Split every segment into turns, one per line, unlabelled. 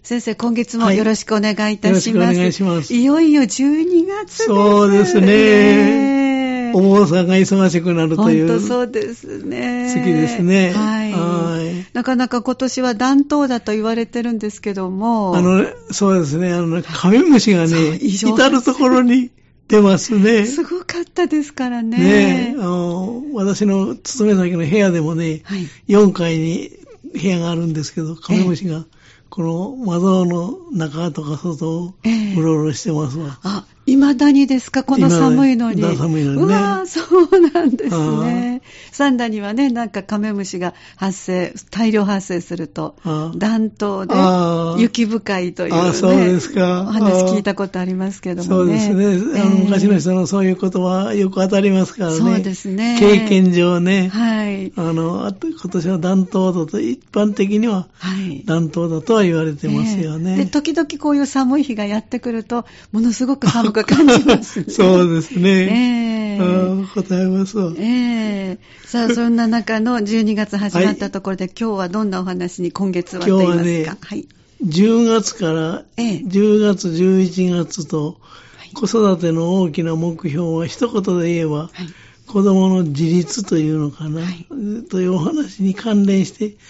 先生、今月もよろしくお願いいたします。
よろしくお願いします。
いよいよ12月です。
そうですね。お坊さんが忙しくなるという。
本当そうですね。
月ですね。
はい。なかなか今年は暖冬だと言われてるんですけども。
そうですね。カメムシがね、至るところに出ますね。
すごかったですからね。
ね、私の勤め先の部屋でもね、はい、4階に部屋があるんですけど、カメムシがこの窓の中とか外をうろうろしてますわ。
未だにですか、この寒いのに。
寒いのにね。
うわー、そうなんですね。三田にはね、なんかカメムシが大量発生すると、暖冬で雪深いというね、
そうですか。
お話聞いたことありますけどもね。
そうですね。昔の人のそういうことはよく当たりますからね。
そうですね。
経験上ね。
はい。
今年は暖冬だと、一般的には暖冬だとは言われてますよね。
で、時々こういう寒い日がやってくると、ものすごく寒く感じますね。
そうですね。答えますわ。
さあ、そんな中の12月始まったところで、今日はどんなお話に今月はと言いますか。今日はね、はい、
10月から10月、11月と、子育ての大きな目標は一言で言えば、子供の自立というのかな、というお話に関連して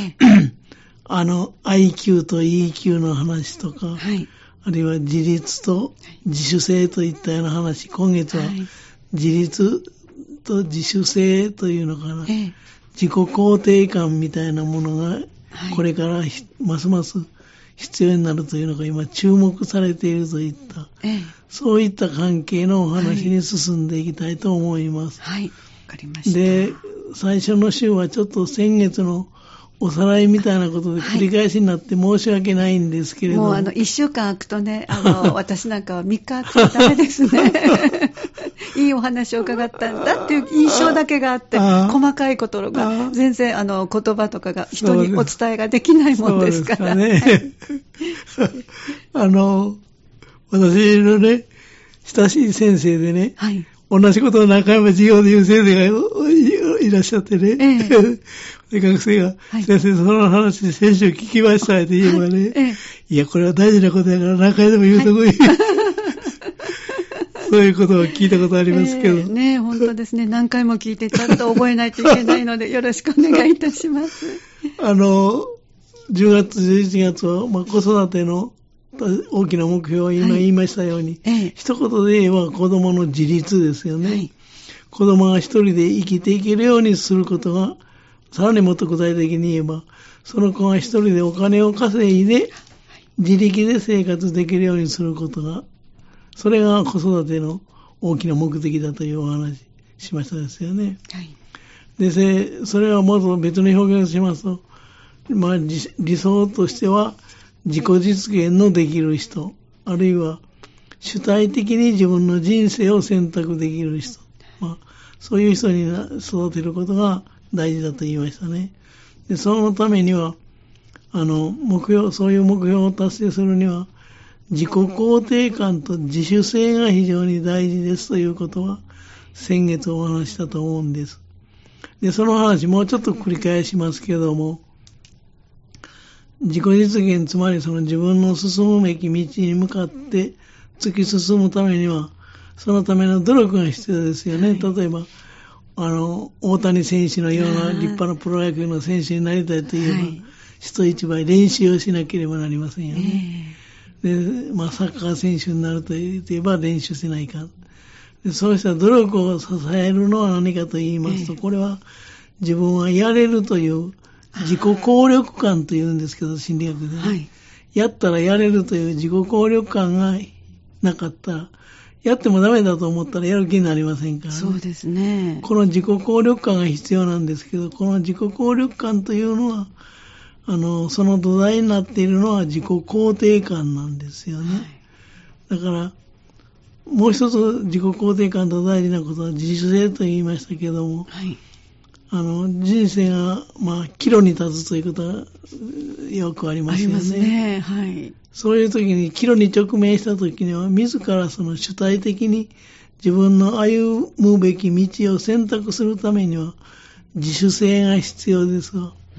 、IQ と EQ の話とか、あるいは自立と自主性といったような話、今月は自立と自主性というのかな、自己肯定感みたいなものがこれからますます必要になるというのが今注目されているといった、そういった関係のお話に進んでいきたいと思います。
はい、わかりました。
で、最初の週はちょっと先月のおさらいみたいなことで繰り返しになって申し訳ないんですけれども。
もう1週間空くとね、私なんかは3日空くとダメですね。いいお話を伺ったんだっていう印象だけがあって、細かいことが全然言葉とかが人にお伝えができないもんですから。
そうですかね。私のね、親しい先生でね、同じことを何回も授業で言う先生がいらっしゃってね、で学生が、先生その話で先週聞きましたって言えばね、いやこれは大事なことやから何回でも言うとこいい。そういうことを聞いたことありますけど。
ね、本当ですね。何回も聞いてちゃんと覚えないといけないのでよろしくお願いいたします。
10月、11月は、子育ての大きな目標は今言いましたように、一言で言えば子供の自立ですよね。子供が一人で生きていけるようにすることが、さらにもっと具体的に言えば、その子が一人でお金を稼いで、自力で生活できるようにすることが、それが子育ての大きな目的だというお話しましたですよね。で、それはもっと別の表現をしますと、理想としては自己実現のできる人、あるいは主体的に自分の人生を選択できる人、そういう人に育てることが大事だと言いましたね。で、そのためには、そういう目標を達成するには、自己肯定感と自主性が非常に大事ですということは、先月お話したと思うんです。で、その話もうちょっと繰り返しますけども、自己実現、つまりその自分の進むべき道に向かって突き進むためには、そのための努力が必要ですよね。例えば、大谷選手のような立派なプロ野球の選手になりたいといえば、人一倍練習をしなければなりませんよね。で、サッカー選手になるといえば練習しないか。で、そうした努力を支えるのは何かと言いますと、これは自分はやれるという自己効力感というんですけど、心理学でね。やったらやれるという自己効力感がなかったら、やってもダメだと思ったらやる気になりませんからね。
そうですね。
この自己効力感が必要なんですけど、この自己効力感というのは、その土台になっているのは自己肯定感なんですよね。だから、もう一つ自己肯定感と大事なことは自主性と言いましたけども、人生が、岐路に立つということはよくありますよね。あります
ね。
そういう時に、岐路に直面した時には、自らその主体的に自分の歩むべき道を選択するためには、自主性が必要ですわ。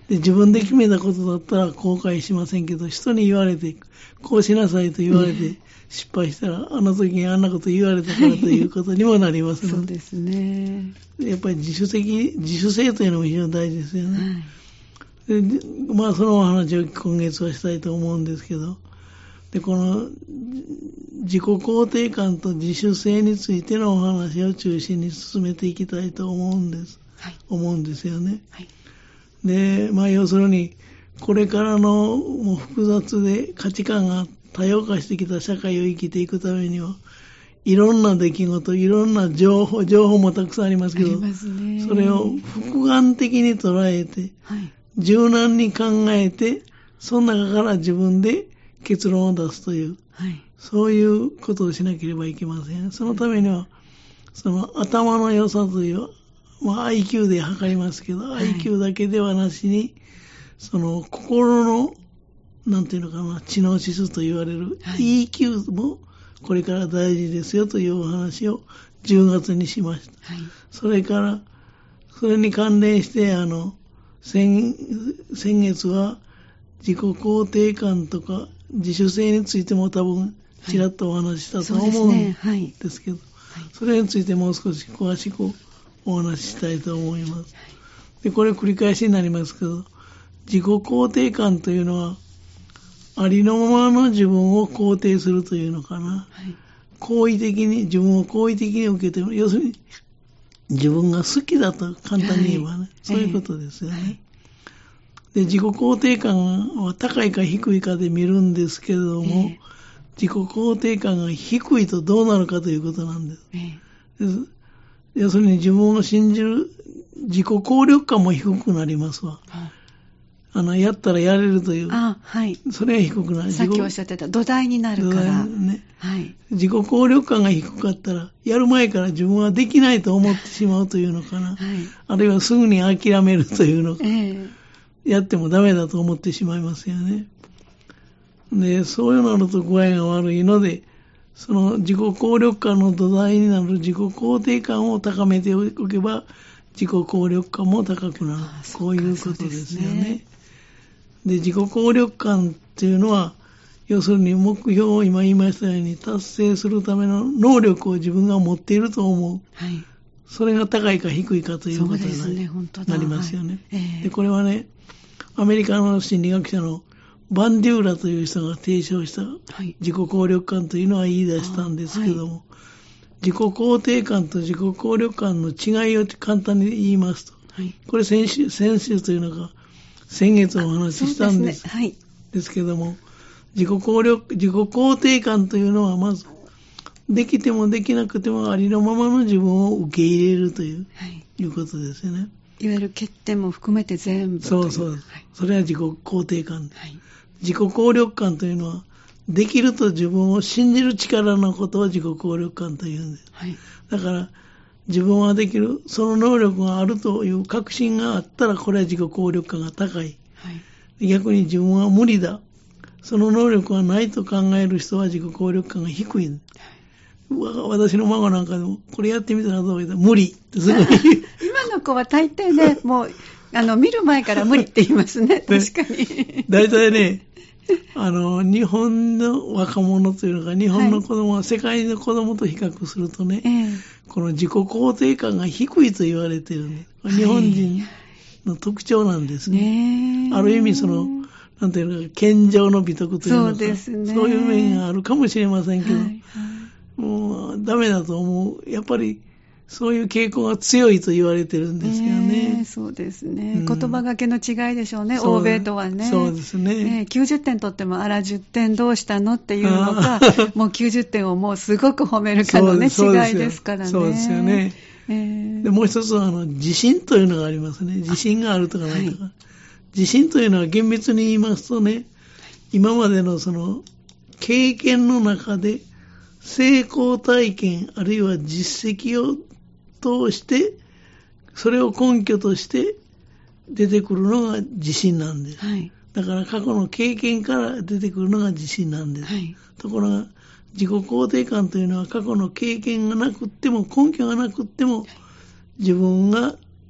で自分で決めたことだったら後悔しませんけど、人に言われて、こうしなさいと言われて、失敗したら、あの時にあんなこと言われたからということにもなりますので。
そうですね。
やっぱり自主性というのも非常に大事ですよね。でまあそのお話を今月はしたいと思うんですけど、でこの自己肯定感と自主性についてのお話を中心に進めていきたいと思うんです。思うんですよね。で、まあ要するにこれからのもう複雑で価値観が多様化してきた社会を生きていくためには、いろんな出来事、いろんな情報もたくさんありますけど、それを複眼的に捉えて、柔軟に考えて、その中から自分で結論を出すという、そういうことをしなければいけません。そのためには、その頭の良さという、まあ IQ で測りますけど、IQ だけではなしに、その心の、なんていうのかな、知能指数と言われる EQ もこれから大事ですよというお話を10月にしました。それから、それに関連して、先月は自己肯定感とか自主性についても多分ちらっとお話ししたと思うんですけど、それについてもう少し詳しくお話ししたいと思います。で、これ繰り返しになりますけど、自己肯定感というのはありのままの自分を肯定するというのかな。好意的に、自分を好意的に受けても、要するに自分が好きだと簡単に言えばね、そういうことですよね。で、自己肯定感は高いか低いかで見るんですけれども、自己肯定感が低いとどうなるかということなんです。要するに自分を信じる自己効力感も低くなりますわ。やったらやれるという。それが低くなる。
さっきおっしゃってた土台になるから。
自己効力感が低かったら、やる前から自分はできないと思ってしまうというのかな。あるいはすぐに諦めるというのか。やってもダメだと思ってしまいますよね。で、そういうのだと具合が悪いので、その自己効力感の土台になる自己肯定感を高めておけば、自己効力感も高くなる。こういうことですよね。で、自己効力感っていうのは、要するに目標を今言いましたように達成するための能力を自分が持っていると思う。それが高いか低いかということになりますよね。で、これはね、アメリカの心理学者のバンデューラという人が提唱した自己効力感というのは言い出したんですけども、自己肯定感と自己効力感の違いを簡単に言いますと、これ先週というのが先月お話ししたんです。ですけども、自己肯定感というのはまず、できてもできなくてもありのままの自分を受け入れるという、いうことですよね。
いわゆる欠点も含めて全部。
そう。それは自己肯定感。自己効力感というのは、できると自分を信じる力のことを自己効力感というんです。だから、自分はできる、その能力があるという確信があったら、これは自己効力感が高い。逆に自分は無理だ。その能力がないと考える人は自己効力感が低い。私の孫なんかでも、これやってみたらどうやったら無理ってすごい。
今の子は大抵ね、もう、見る前から無理って言いますね。確かに。
大体ね、日本の若者というのが、日本の子供は世界の子供と比較するとね、この自己肯定感が低いと言われているんです。日本人の特徴なんですね。ある意味なんていうか、健常の美徳というのか、そういう面があるかもしれませんけど、もうダメだと思う。やっぱりそういう傾向が強いと言われてるんですよね。
そうですね。言葉がけの違いでしょうね、欧米とはね。
そうですね。
90点取っても、あら10点どうしたのっていうのか、もう90点をもうすごく褒めるかのね、違いですからね。
そうですよね。でもう一つは自信というのがありますね。自信があるとかないとか。自信というのは厳密に言いますとね、今までの経験の中で成功体験あるいは実績を通してそれを根拠として出てくるのが自信なんです。だから過去の経験から出てくるのが自信なんです。ところが自己肯定感というのは過去の経験がなくっても根拠がなくっても自分が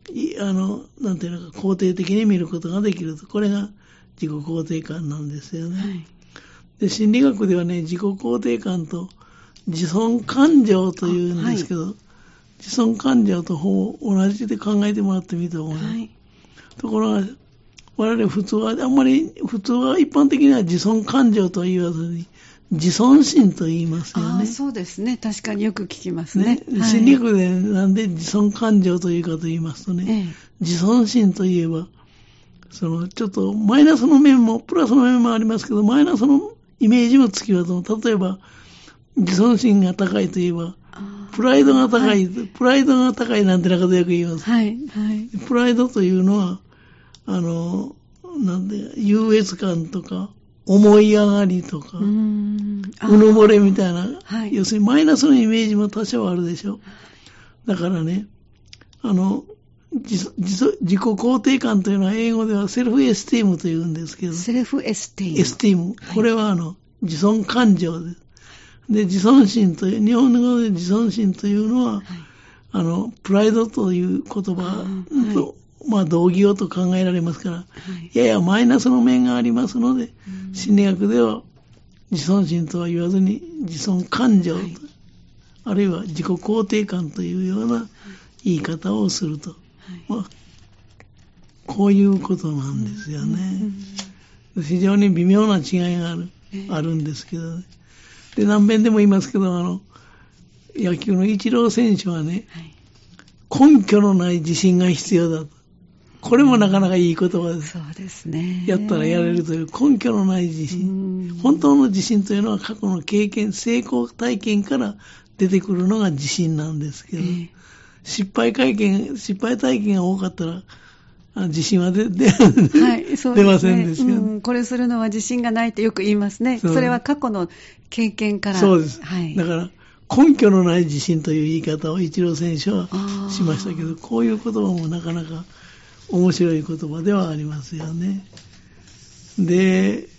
なんていうのか、肯定的に見ることができると。これが自己肯定感なんですよね。はい、で、心理学ではね、自己肯定感と自尊感情というんですけど、はい、自尊感情とほぼ同じで考えてもらってもいいと思う、はい、ところが、我々普通は一般的には自尊感情とは言わずに、自尊心と言いますよね。
そうですね。確かによく聞きますね。
はい、心理学でなんで自尊感情というかと言いますとね、自尊心といえば、ちょっとマイナスの面も、プラスの面もありますけど、マイナスのイメージもつきますと、例えば、自尊心が高いといえば、プライドが高い、はい、プライドが高いなんてなことよく言います。はいはい、プライドというのは、優越感とか、思い上がりとか、うぬぼれみたいな、はい、要するにマイナスのイメージも多少あるでしょ。だからね、自己肯定感というのは英語ではセルフエスティームというんですけど。
セルフエスティーム。
エスティーム。これは自尊感情です。で、自尊心という、日本語で自尊心というのは、はい、プライドという言葉と、はい、同義語と考えられますから、はい、ややマイナスの面がありますので、心理学では自尊心とは言わずに自尊感情と、はい、あるいは自己肯定感というような言い方をすると。はい、こういうことなんですよね。非常に微妙な違いがあるんですけどね。で、何遍でも言いますけど、野球のイチロー選手はね、はい、根拠のない自信が必要だと。これもなかなかいい言葉です。
そうですね。
やったらやれるという根拠のない自信。本当の自信というのは過去の経験、成功体験から出てくるのが自信なんですけど、失敗体験が多かったら、自信ははい、そう出ませんですよ、
これするのは自信がないってよく言いますね。それは過去の経験から。
そうです。はい、だから、根拠のない自信という言い方をイチロー選手はしましたけど、こういう言葉もなかなか面白い言葉ではありますよね。で、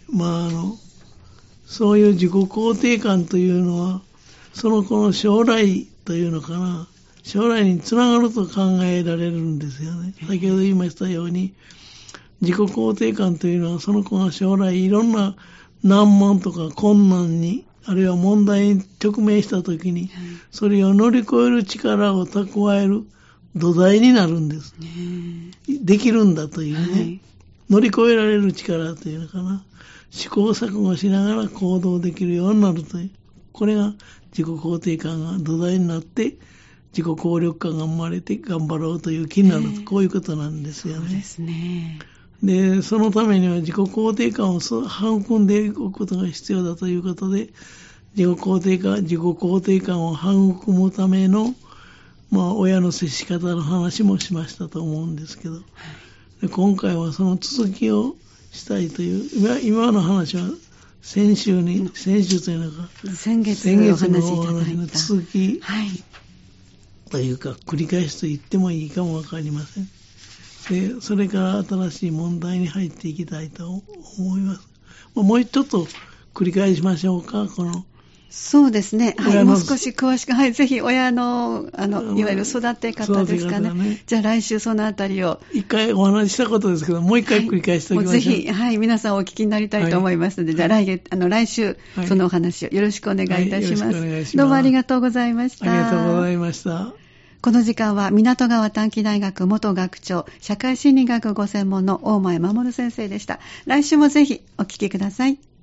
そういう自己肯定感というのは、その子の将来というのかな、将来につながると考えられるんですよね。先ほど言いましたように、自己肯定感というのはその子が将来いろんな難問とか困難に、あるいは問題に直面したときに、それを乗り越える力を蓄える土台になるんです。できるんだというね、はい、乗り越えられる力というのかな、試行錯誤しながら行動できるようになるという、これが自己肯定感が土台になって、自己効力感が生まれて頑張ろうという気になる、こういうことなんですよね。
そうですね。
で、そのためには自己肯定感を育んでいくことが必要だということで、自己肯定感を育むための、親の接し方の話もしましたと思うんですけど、で今回はその続きをしたいという、今の話は先週というのか、
先月のお話
の続き、はいというか、繰り返しと言ってもいいかもわかりません。で、それから新しい問題に入っていきたいと思います。もうちょっと繰り返しましょうか、
そうですね。はい、もう少し詳しく、はい、ぜひ親の、いわゆる育て方ですかね。じゃあ来週そのあたりを。
一回お話ししたことですけど、もう一回繰り返しておきましょう。
ぜひ、はい、皆さんお聞きになりたいと思いますので、じゃあ来週、そのお話をよろしくお願いいたします。よろしくお願いします。どうもありがとうございました。
ありがとうございました。
この時間は港川短期大学元学長、社会心理学ご専門の大前守先生でした。来週もぜひお聞きください。